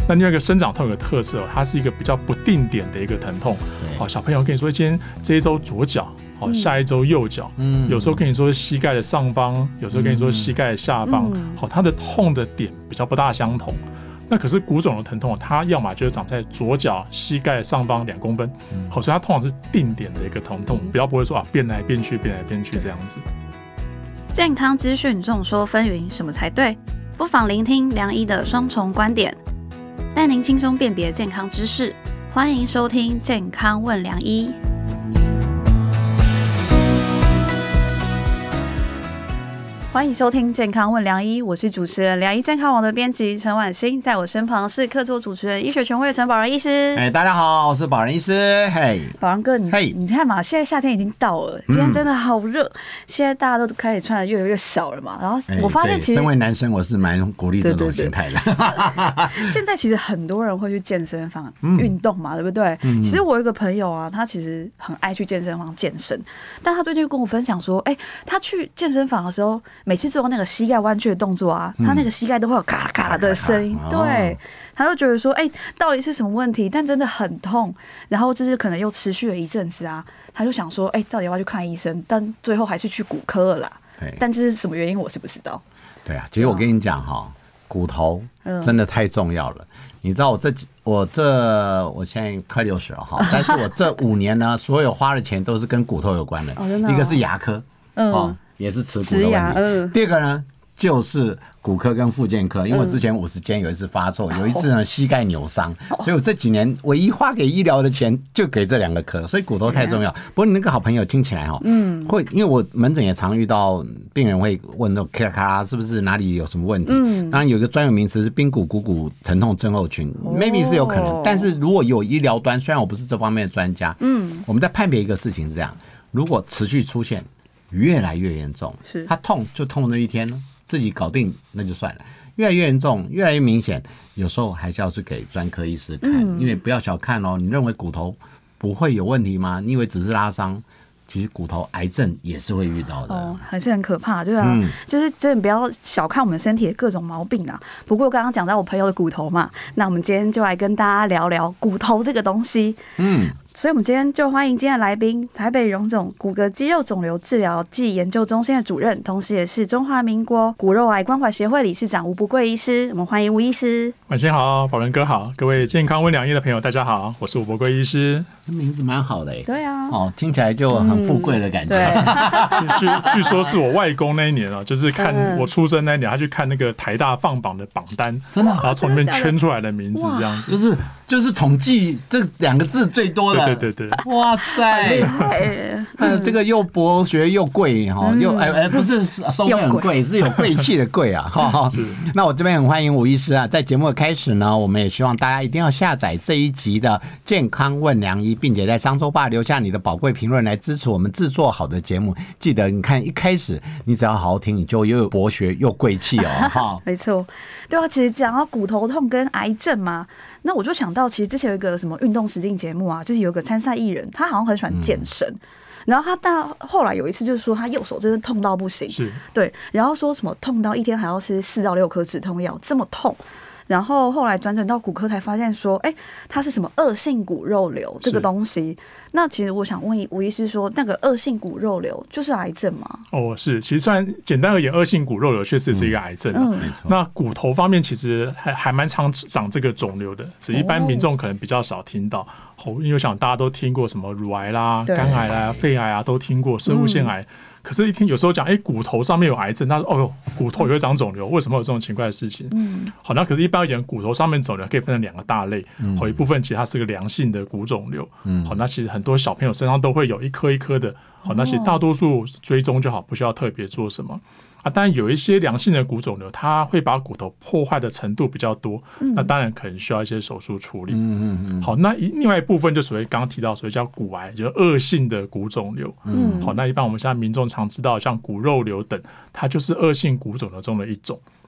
那另外一个生长痛有个特色，它是一个比较不定点的一个疼痛。小朋友跟你说，今天这一周左脚，下一周右脚，有时候跟你说膝盖的上方，有时候跟你说膝盖的下方，它的痛的点比较不大相同。那可是骨肿的疼痛，它要么就是长在左脚膝盖上方2公分，所以它通常是定点的一个疼痛，比较不会说变来变去这样子。 健康资讯众说纷纭，什么才对？不妨聆听良医的双重观点，带您轻松辨别健康知识。欢迎收听健康问良医。欢迎收听健康问良医，我是主持人良医健康网的编辑陈婉欣，在我身旁是客座主持人医学权威的陈保仁医师。 大家好，我是保仁医师。 保仁哥，你看嘛，现在夏天已经到了，今天真的好热，现在大家都开始穿的越来越少了嘛。然后我发现其实身为男生，我是蛮鼓励这种心态的。 现在其实很多人会去健身房运动嘛，对不对？其实我有一个朋友啊，他其实很爱去健身房健身，但他最近跟我分享说，他去健身房的时候，每次做到那个膝盖弯曲的动作啊，他那个膝盖都会有咔咔的声音，对，他就觉得说，到底是什么问题？但真的很痛，然后就是可能又持续了一阵子啊，他就想说，到底要不要去看医生？但最后还是去骨科了啦。但这是什么原因，我是不知道。 对啊，其实我跟你讲哈，骨头真的太重要了。你知道我现在快60了哈，但是我这5年呢，所有花的钱都是跟骨头有关的。一个是牙科，也是持骨的问题。第二个呢，就是骨科跟复健科，因为我之前50间有一次发作，有一次呢膝盖扭伤，所以我这几年唯一花给医疗的钱就给这2个科，所以骨头太重要。不过你那个好朋友听起来会，因为我门诊也常遇到病人会问那种咔咔是不是哪里有什么问题？当然有一个专有名词是髌骨股骨疼痛症候群，maybe 是有可能，但是如果有医疗端，虽然我不是这方面的专家，我们在判别一个事情是这样：如果持续出现，越来越严重，他痛就痛那一天，自己搞定那就算了。越来越严重，越来越明显，有时候还是要去给专科医师看，因为不要小看哦。你认为骨头不会有问题吗？你以为只是拉伤？其实骨头癌症也是会遇到的， 还是很可怕，对啊，就是真的不要小看我们身体的各种毛病啊。不过刚刚讲到我朋友的骨头嘛，那我们今天就来跟大家聊聊骨头这个东西。所以我们今天就欢迎今天的来宾，台北荣总骨骼肌肉肿瘤治疗暨研究中心的主任，同时也是中华民国骨肉癌关怀协会理事长吴伯贵医师。我们欢迎吴医师。 晚上好，保仁哥好，各位健康问良医的朋友大家好，我是吴伯贵医师。 名字蛮好的对啊， 听起来就很富贵的感觉。 据说是我外公那一年就是看我出生那一年，他去看那个台大放榜的榜单，真的，然后从里面圈出来的名字这样子， 就是统计这2个字最多的。 对， 哇塞，这个又博学又贵又不是收费很贵，是有贵气的贵啊。那我这边很欢迎吴医师啊，在节目的开始呢，我们也希望大家一定要下载这一集的健康问良医，并且在商周吧留下你的宝贵评论来支持我们制作好的节目。记得你看一开始你只要好好听，你就又有博学又贵气哦。 没错，对啊，其实讲到骨头痛跟癌症嘛，那我就想到其实之前有一个什么运动实境节目啊，就是有个参赛艺人，他好像很喜欢健身，然后他到后来有一次就是说他右手真的痛到不行，对，然后说什么痛到一天还要吃4到6颗止痛药，这么痛。然后后来转诊到骨科才发现说，它是什么恶性骨肉瘤这个东西。那其实我想问吴医师说，那个恶性骨肉瘤就是癌症吗？是， 其实虽然简单而言，恶性骨肉瘤确实是一个癌症那骨头方面其实还蛮常长这个肿瘤的，只是一般民众可能比较少听到。因为我想大家都听过什么乳癌啦、肝癌啦、肺癌啊，都听过生物腺癌。可是，一听有时候讲，骨头上面有癌症，他说，骨头也会长肿瘤，为什么有这种奇怪的事情？好，那可是，一般而言，骨头上面肿瘤可以分成2个大类，一部分其实它是个良性的骨肿瘤，好，那其实很多小朋友身上都会有一颗一颗的，好，那其实大多数追踪就好，不需要特别做什么。当然有一些良性的骨肿瘤，它会把骨头破坏的程度比较多，那当然可能需要一些手术处理。好，那另外一部分就所谓刚刚提到所谓叫骨癌，就是恶性的骨肿瘤。好，那一般我们现在民众常知道像骨肉瘤等，它就是恶性骨肿瘤中的一种。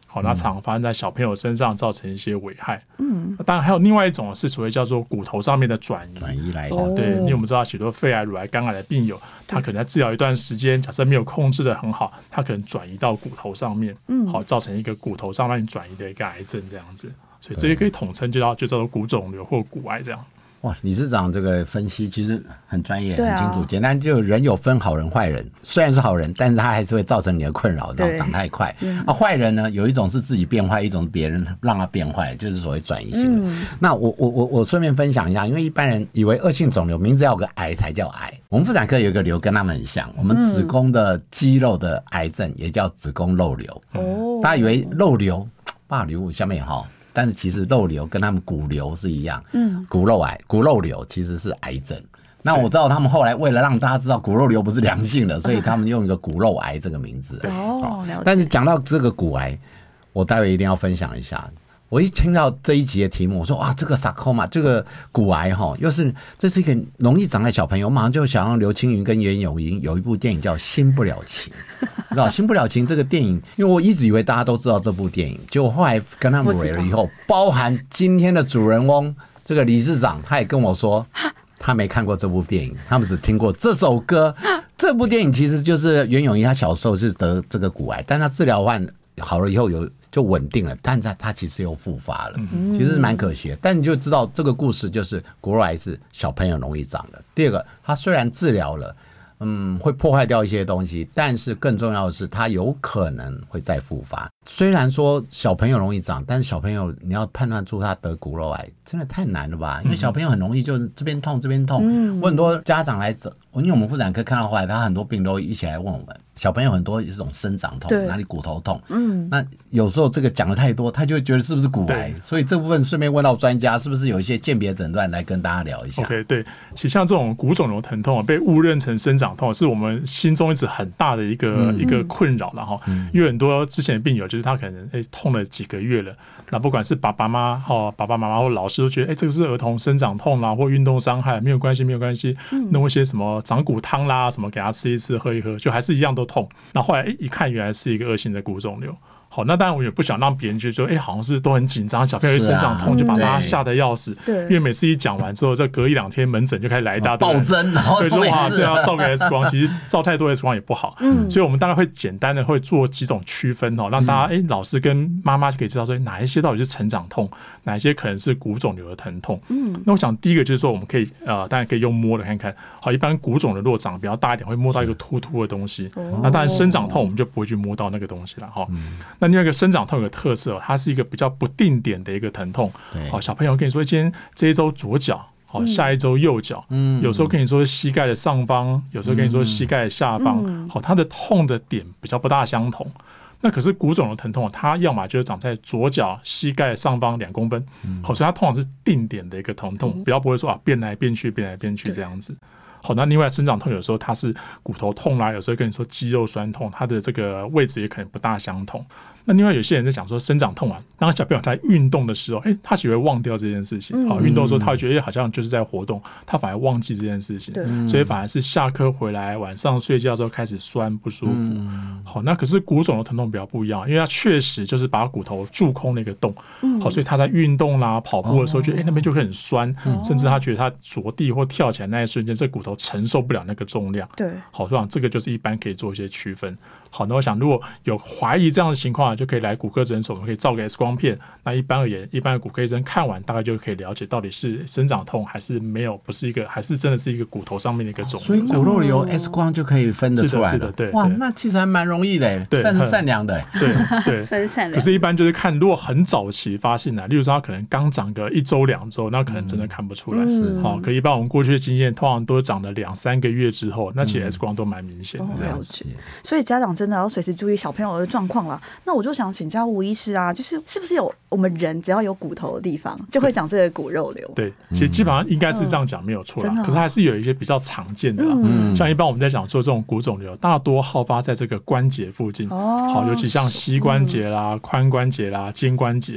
好，那常发生在小朋友身上，造成一些危害。当然还有另外一种是所谓叫做骨头上面的转移来对，因为我们知道许多肺癌、乳癌、肝癌的病友，他可能在治疗一段时间，假设没有控制的很好，他可能转移到骨头上面，好，造成一个骨头上面转移的一个癌症这样子。所以这些可以统称就叫做骨肿瘤或骨癌这样。 哇，理事长这个分析其实很专业、很清楚。简单就人有分好人坏人，虽然是好人，但是他还是会造成你的困扰，然后长太快。坏人呢，有一种是自己变坏，一种是别人让他变坏，就是所谓转移性的。那我顺便分享一下，因为一般人以为恶性肿瘤名字要有个癌才叫癌，我们妇产科有一个瘤跟他们很像，我们子宫的肌肉的癌症也叫子宫肉瘤。大家以为肉瘤，爸瘤下面哈。但是其实肉瘤跟他们骨瘤是一样，骨肉癌、骨肉瘤其实是癌症。那我知道他们后来为了让大家知道骨肉瘤不是良性的，所以他们用一个骨肉癌这个名字。 了解。 但是讲到这个骨癌，我待会一定要分享一下。我一听到这一集的题目，我说哇，这个 sarcoma 这个骨癌哈，这是一个容易长在小朋友，我马上就想到刘青云跟袁咏仪有一部电影叫《新不了情》，你知道《新不了情》这个电影，因为我一直以为大家都知道这部电影，结果后来跟他们蕊了以后，包含今天的主人翁这个理事长，他也跟我说他没看过这部电影，他们只听过这首歌。这部电影其实就是袁咏仪，她小时候是得这个骨癌，但她治疗完好了以后就稳定了，但他其实又复发了，其实蛮可惜的。但你就知道这个故事就是骨肉癌是小朋友容易长的。第二个，他虽然治疗了，会破坏掉一些东西，但是更重要的是，他有可能会再复发。虽然说小朋友容易长，但是小朋友你要判断出他得骨肉癌真的太难了吧？因为小朋友很容易就这边痛这边痛。我很多家长来找，因为我们妇产科看到后来，他很多病都一起来问我们。小朋友很多是这种生长痛，哪里骨头痛，那有时候这个讲的太多，他就会觉得是不是骨癌，所以这部分顺便问到专家，是不是有一些鉴别诊断来跟大家聊一下 ？OK， 对，其实像这种骨肿瘤疼痛被误认成生长痛，是我们心中一直很大的一个困扰了哈。因为很多之前的病友就是他可能痛了几个月了，那不管是爸爸妈妈或老师都觉得这个是儿童生长痛啦，或运动伤害，没有关系，弄一些什么长骨汤啦，什么给他吃一吃喝一喝，就还是一样都痛。那后来一看，原来是一个恶性的骨肿瘤。好，那当然我也不想让别人觉得说，好像是都很紧张，小朋友生长痛就把大家吓得要死。对，因为每次一讲完之后，再隔一两天门诊就开始来一大堆暴增，然后对，就哇，这要照个 X 光，其实照太多 X 光也不好。所以我们大概会简单的会做几种区分让大家老师跟妈妈就可以知道说哪一些到底是成长痛，哪一些可能是骨肿瘤的疼痛。那我想第一个就是说，我们可以当然可以用摸的看看。好，一般骨肿瘤如果长得比较大一点，会摸到一个凸凸的东西。那当然生长痛我们就不会去摸到那个东西了哈。那另外一个生长痛有个特色，它是一个比较不定点的一个疼痛。好，小朋友跟你说，今天这一周左脚，好，下一周右脚，有时候跟你说膝盖的上方，有时候跟你说膝盖的下方，好，它的痛的点比较不大相同。那可是骨肿瘤疼痛，它要么就是长在左脚膝盖上方2公分，好，所以它通常是定点的一个疼痛，比较不会说变来变去这样子。好，那另外生长痛有时候它是骨头痛啦，有时候跟你说肌肉酸痛，它的这个位置也可能不大相同。那另外有些人在讲说生长痛啊，当小朋友在运动的时候，他只会忘掉这件事情。好，运动的时候他会觉得好像就是在活动，他反而忘记这件事情，所以反而是下课回来晚上睡觉的时候开始酸不舒服。好，那可是骨肿瘤疼痛比较不一样，因为它确实就是把骨头蛀空那个洞。好，所以他在运动啦、跑步的时候觉得那边就会很酸，甚至他觉得他着地或跳起来那一瞬间，这骨头承受不了那个重量。对，好，所以这个就是一般可以做一些区分。好，那我想如果有怀疑这样的情况，就可以来骨科诊所，我们可以照个 X 光片。那一般而言，一般的骨科医生看完大概就可以了解到底是生长痛还是没有，不是一个，还是真的是一个骨头上面的一个肿瘤。 所以骨肉瘤 X 光就可以分得出来了。 是的，对。 哇，那其实还蛮容易的，算是善良的。 对， 算是善良。 可是，一般就是看，如果很早期发现例如说他可能刚长个1周2周，那可能真的看不出来。好，可一般我们过去的经验，通常都长了2-3个月之后，那其实 X 光都蛮明显的这样子。 所以家长真的要随时注意小朋友的状况了。那我就想请教吴医师啊，就是是不是有我们人只要有骨头的地方就会长这个骨肉瘤？ 对，其实基本上应该是这样讲没有错啦。可是还是有一些比较常见的啦。像一般我们在讲说这种骨肿瘤，大多好发在这个关节附近。好，尤其像膝关节啦、髋关节啦、肩关节。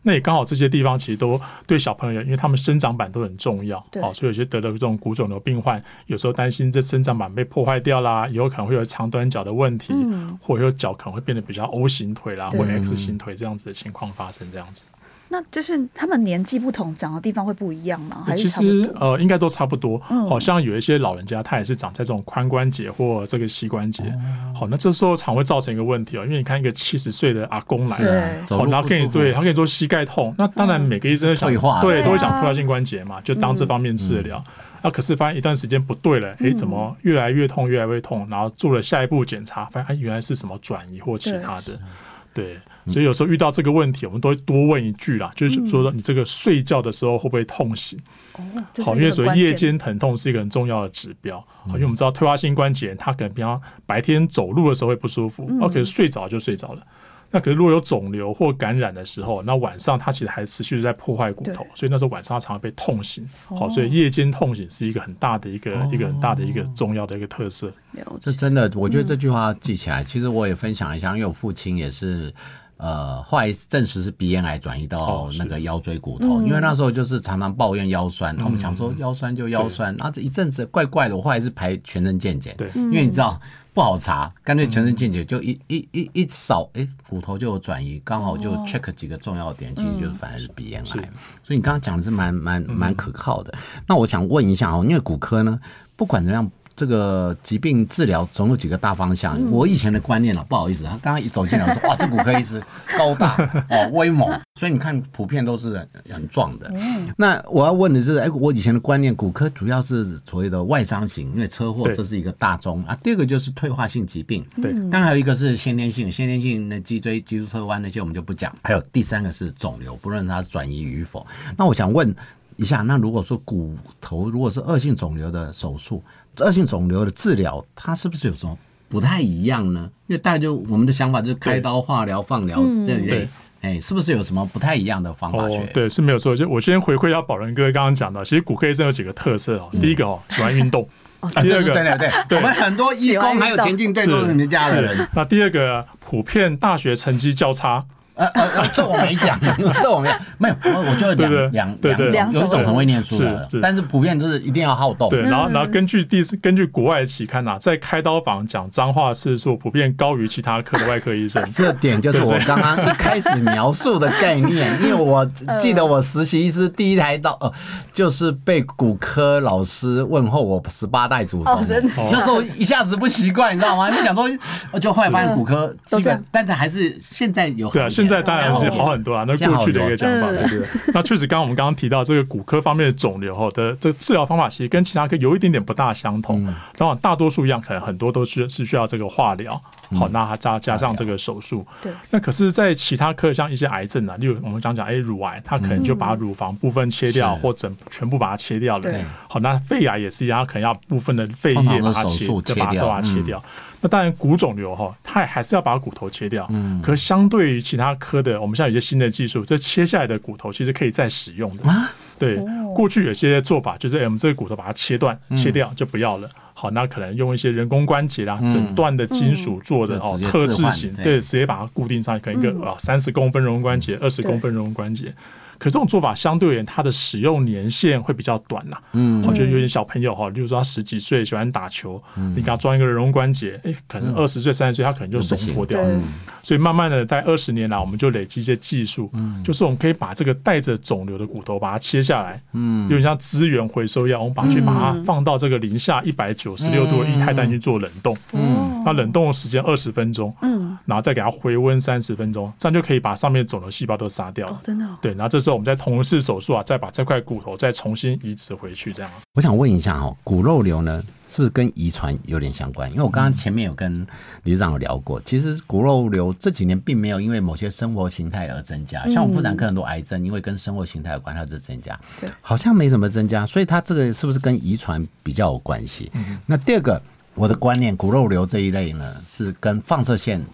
那也刚好这些地方其实都对小朋友，因为他们生长板都很重要，所以有些得了这种骨肿瘤病患，有时候担心这生长板被破坏掉啦，以后可能会有长短脚的问题，或者有脚可能会变得比较 O 型腿啦，或者 X 型腿这样子的情况发生，这样子。 那就是他们年纪不同，长的地方会不一样吗？还是其实应该都差不多。好像有一些老人家，他也是长在这种髋关节或这个膝关节。好，那这时候常会造成一个问题因为你看一个70岁的阿公来，好，然后他跟你说膝盖痛，那当然每个医生想都会讲退化性关节嘛，就当这方面治疗。可是发现一段时间不对了，怎么越来越痛，越来越痛，然后做了下一步检查，发现原来是什么转移或其他的。对，所以有时候遇到这个问题，我们都会多问一句啦，就是说你这个睡觉的时候会不会痛醒？好，因为所谓夜间疼痛是一个很重要的指标。好，因为我们知道退化性关节，它可能平常白天走路的时候会不舒服，可是睡着就睡着了。那可是如果有肿瘤或感染的时候，那晚上它其实还持续在破坏骨头，所以那时候晚上它常常被痛醒。好，所以夜间痛醒是一个很大的一个很大的一个重要的一个特色。 这真的，我觉得这句话记起来。其实我也分享一下，因为我父亲也是。后来证实是鼻咽癌转移到那个腰椎骨头，因为那时候就是常常抱怨腰酸，我们想说腰酸就腰酸，然后这一阵子怪怪的，我后来是排全身健检，对，因为你知道不好查，干脆全身健检就一扫，骨头就有转移，刚好就 check 几个重要点，其实就是反而是鼻咽癌，所以你刚刚讲的是蛮可靠的。那我想问一下因为骨科呢，不管怎么样。这个疾病治疗总有几个大方向。我以前的观念不好意思，他刚刚一走进来我说哇，这骨科医师高大威猛，所以你看普遍都是很壮的。那我要问的是，我以前的观念，骨科主要是所谓的外伤型，因为车祸这是一个大宗啊。第二个就是退化性疾病，对，当然还有一个是先天性的脊椎、脊柱侧弯那些我们就不讲。还有第三个是肿瘤，不论它转移与否。那我想问一下，那如果说骨头如果是恶性肿瘤的手术，恶性肿瘤的治疗，它是不是有什么不太一样呢？因为大概就我们的想法就是开刀、化疗、放疗这一类，是不是有什么不太一样的方法学？ 对，是没有错。就我先回馈一下宝仁哥刚刚讲的，其实骨科医生有几个特色第一个喜欢运动。 第二个真的对，我们很多义工还有田径队都是你们家的人。 那第二个，普遍大学成绩较差。 这我没讲，这我没有，我就两种，有一种很会念书的，但是普遍就是一定要好动。 对，然后根据国外的期刊在开刀房讲脏话次数普遍高于其他科的外科医生。 这点就是我刚刚一开始描述的概念，因为我记得我实习医师第一台刀就是被骨科老师问候我18代祖宗，那时候一下子不习惯，你知道吗？就想说，就后来发现骨科基本，但是还是现在有对啊，现在当然好很多那过去的一个讲法，对。那确实，我们刚刚提到这个骨科方面的肿瘤的这个治疗方法，其实跟其他科有一点点不大相同。当然，大多数一样，可能很多都是需要这个化疗。好，那它加上这个手术。对。那可是，在其他科像一些癌症例如我们讲乳癌，它可能就把乳房部分切掉，或全部把它切掉了。好，那肺癌也是一样，它可能要部分的肺叶把它切掉。那当然，骨肿瘤它还是要把骨头切掉。可是相对于其他科的，我们现在有一些新的技术，这切下来的骨头其实可以再使用的。对，过去有些做法就是，我们这个骨头把它切掉就不要了。好，那可能用一些人工关节啦，整段的金属做的特制型，对，直接把它固定上，可能一个30公分人工关节、20公分人工关节。可这种做法相对而言，它的使用年限会比较短啦。好，就有点小朋友例如说他10几岁喜欢打球，你给他装一个人工关节，可能20岁、30岁他可能就松脱掉了。所以慢慢的在20年来，我们就累积一些技术，就是我们可以把这个带着肿瘤的骨头把它切下来，有点像资源回收一样，我们把它放到这个零下196度的液态氮去做冷冻，那冷冻的时间20分钟，然后再给它回温30分钟，这样就可以把上面的肿瘤细胞都杀掉了。真的？对，然后这时候我们在同一次手术再把这块骨头再重新移植回去，这样。 我想问一下骨肉瘤呢，是不是跟遗传有点相关？因为我刚刚前面有跟理事长有聊过，其实骨肉瘤这几年并没有因为某些生活形态而增加，像我们妇产科很多癌症，因为跟生活形态有关，它就增加，好像没什么增加，所以它这个是不是跟遗传比较有关系？那第二个，我的观念，骨肉瘤这一类呢，是跟放射线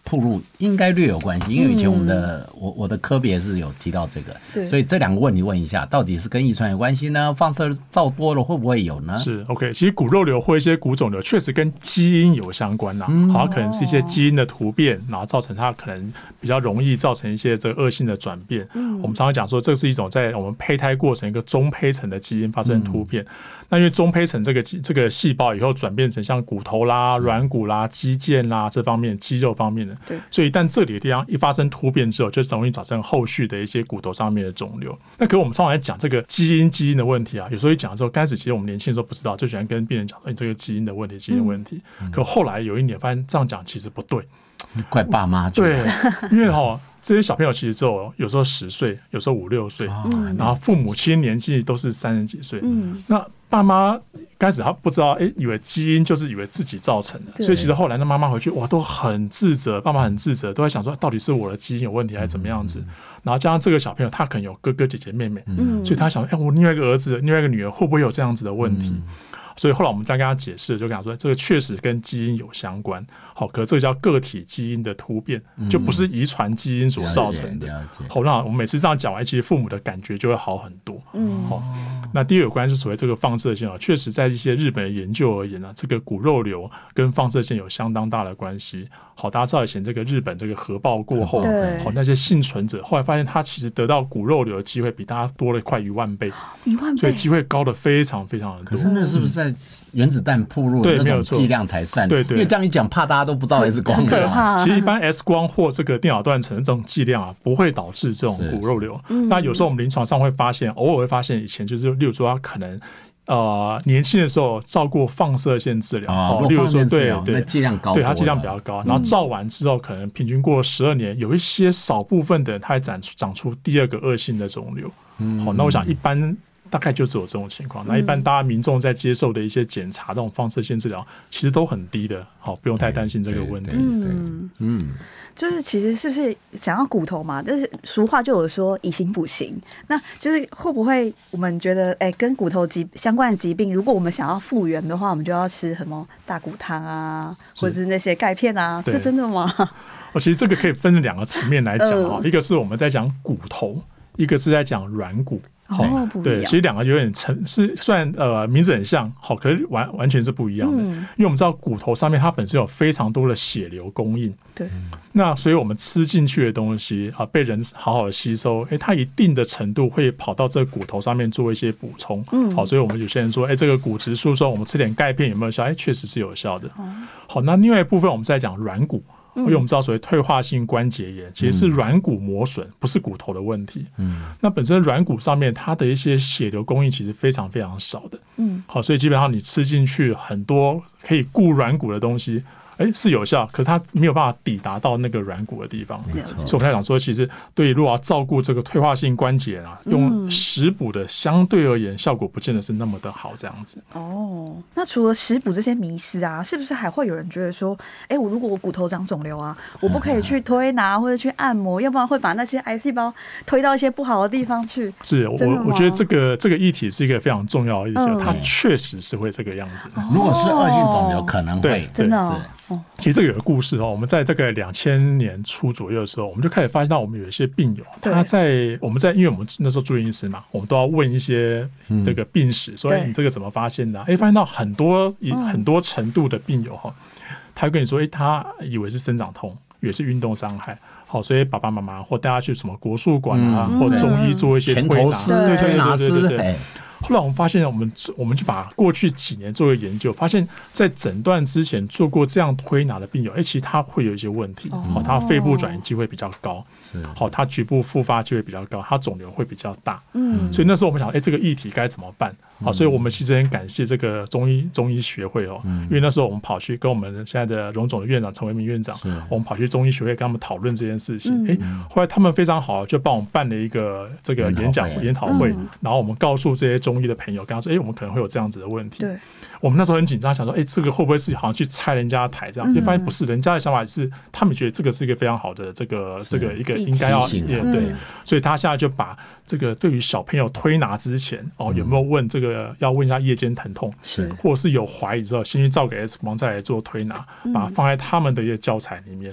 暴露应该略有关系，因为以前我的科别是有提到这个，所以这两个问题问一下，到底是跟遗传有关系呢？放射照多了会不会有呢？ 是 OK， 其实骨肉瘤或一些骨肿瘤确实跟基因有相关啦，好，可能是一些基因的突变，然后造成它可能比较容易造成一些这个恶性的转变。我们常常讲说，这是一种在我们胚胎过程一个中胚层的基因发生突变。那因为中胚层这个细胞以后转变成像骨头啦、软骨啦、肌腱啦这方面肌肉方面的，所以一旦这里的地方一发生突变之后，就容易造成后续的一些骨头上面的肿瘤。那可是我们通常来讲这个基因的问题啊，有时候一讲的时候，刚开始其实我们年轻的时候不知道，就喜欢跟病人讲说，这个基因的问题。可后来有一年发现这样讲其实不对， 怪爸妈。 对，因为这些小朋友其实只有有时候10岁，有时候5、6岁，然后父母亲年纪都是30几岁。那爸妈开始他不知道，以为基因就是以为自己造成的，所以其实后来那妈妈回去哇都很自责，爸妈很自责，都在想说到底是我的基因有问题还是怎么样子。然后加上这个小朋友他可能有哥哥姐姐妹妹，所以他想我另外一个儿子另外一个女儿会不会有这样子的问题。所以后来我们再跟他解释，就跟他说这个确实跟基因有相关，好，可是这个叫个体基因的突变，就不是遗传基因所造成的。好，那我们每次这样讲完，其实父母的感觉就会好很多。好，那第二有关是所谓这个放射线确实在一些日本的研究而言呢，这个骨肉瘤跟放射线有相当大的关系。好，大家知道以前这个日本这个核爆过后，好那些幸存者后来发现他其实得到骨肉瘤的机会比大家多了快1万倍，1万倍，所以机会高的非常非常的多。 可是那是不是在原子弹暴露的那种剂量才算？对，因为这样一讲，怕大家都不知道 X 光了。 其实一般 X 光或这个电脑断层这种剂量不会导致这种骨肉瘤。那有时候我们临床上会发现，偶尔会发现以前就是例如说他可能年轻的时候照过放射线治疗，例如说对， 那剂量高， 对，它剂量比较高。然后照完之后，可能平均过12年，有一些少部分的人，它还长出第二个恶性的肿瘤。好，那我想一般大概就只有这种情况。那一般大家民众在接受的一些检查，这种放射线治疗其实都很低的，好，不用太担心这个问题。 就是其实是不是想要骨头嘛？但是俗话就有说以形补形，那就是会不会我们觉得跟骨头相关的疾病，如果我们想要复原的话，我们就要吃什么大骨汤啊，或者是那些钙片啊？是真的吗？ 其实这个可以分成2个层面来讲，一个是我们在讲骨头，一个是在讲软骨。对，其实2个有点是虽然名字很像，好，可是完全是不一样的。因为我们知道骨头上面它本身有非常多的血流供应， 对， 那所以我们吃进去的东西被人好好的吸收，它一定的程度会跑到这个骨头上面做一些补充。好，所以我们有些人说，这个骨质疏松，我们吃点钙片有没有效？确实是有效的。好，那另外一部分我们在讲软骨。因为我们知道所谓退化性关节炎其实是软骨磨损，不是骨头的问题。那本身软骨上面它的一些血流供应其实非常非常少的。好，所以基本上你吃进去很多可以固软骨的东西，是有效，可是它没有办法抵达到那个软骨的地方。所以我们在讲说，其实对于如果要照顾这个退化性关节用食补的相对而言效果不见得是那么的好这样子。 那除了食补这些迷思是不是还会有人觉得说，我如果我骨头长肿瘤我不可以去推拿或者去按摩，要不然会把那些癌细胞推到一些不好的地方去？ 是，我觉得这个议题是一个非常重要的议题，它确实是会这个样子。 如果是恶性肿瘤，可能会真的。 其实这个有个故事我们在这个2000年初左右的时候，我们就开始发现到我们有一些病友，我们因为我们那时候住院医师嘛，我们都要问一些这个病史，说你这个怎么发现的？发现到很多程度的病友他会跟你说，他以为是生长痛，以为是运动伤害。好，所以爸爸妈妈或带他去什么国术馆或中医做一些推拿，对。后来我们发现，我们就把过去几年做个研究，发现在诊断之前做过这样推拿的病友，其实他会有一些问题。好，他肺部转移机会比较高，好，他局部复发机会比较高，他肿瘤会比较大。所以那时候我们想，这个议题该怎么办？好，所以我们其实很感谢这个中医学会因为那时候我们跑去跟我们现在的荣总的院长陈维民院长，我们跑去中医学会跟他们讨论这件事情。后来他们非常好，就帮我们办了一个这个研讨会，然后我们告诉这些中医的朋友，跟他说，我们可能会有这样子的问题。对，我们那时候很紧张，想说，这个会不会是好像去拆人家的台这样？就发现不是，人家的想法是他们觉得这个是一个非常好的这个一个应该要对，所以他现在就把这个对于小朋友推拿之前有没有问这个要问一下夜间疼痛，或者是有怀疑之后先去照个 X 光再来做推拿，把它放在他们的一个教材里面。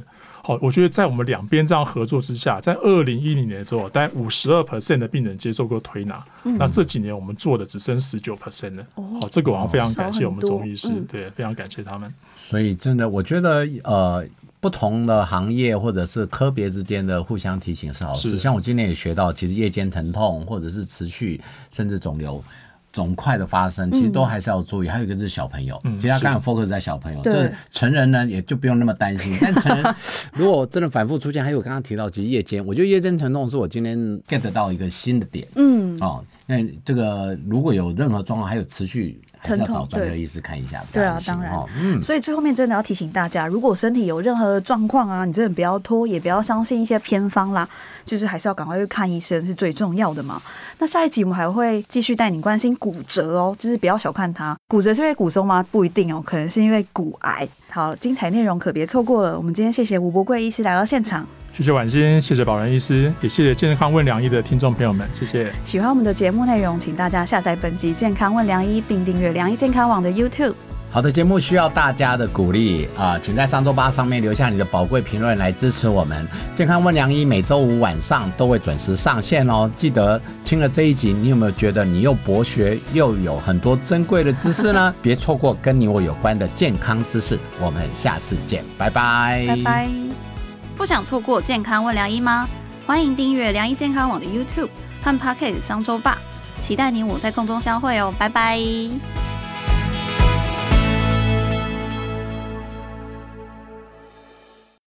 好，我觉得在我们两边这样合作之下，在2010年的时候，大概52% 的病人接受过推拿，那这几年我们做的只剩19% 了。好，这个我非常感谢我们中医师，对，非常感谢他们。 所以真的，我觉得不同的行业或者是科别之间的互相提醒是好事。像我今天也学到，其实夜间疼痛或者是持续甚至肿瘤肿块的发生，其实都还是要注意。还有一个是小朋友，其实他刚刚 focus 在小朋友，就是成人呢也就不用那么担心。但成人如果真的反复出现，还有刚刚提到，其实夜间，我觉得夜间疼痛是我今天 get 到一个新的点。那这个如果有任何状况，还有持续，还是要找专科医师看一下。 对啊，当然。所以最后面真的要提醒大家，如果身体有任何的状况啊，你真的不要拖，也不要相信一些偏方啦，就是还是要赶快去看医生是最重要的嘛。那下一集我们还会继续带你关心骨折哦，就是不要小看它。骨折是因为骨松吗？不一定哦，可能是因为骨癌。好，精彩内容可别错过了。我们今天谢谢吴柏贵医师来到现场。 谢谢婉欣，谢谢保仁医师，也谢谢健康问良医的听众朋友们，谢谢。 喜欢我们的节目内容，请大家下载本集健康问良医，并订阅良医健康网的 YouTube。 好的节目需要大家的鼓励请在上周8上面留下你的宝贵评论来支持我们。健康问良医每周5晚上都会准时上线哦。记得听了这一集，你有没有觉得你又博学又有很多珍贵的知识呢？别错过跟你我有关的健康知识。我们下次见，拜拜， 拜拜。不想错过健康问良医吗？欢迎订阅良医健康网的 YouTube 和 Podcast 商周吧，期待你我在空中相会哦，拜拜。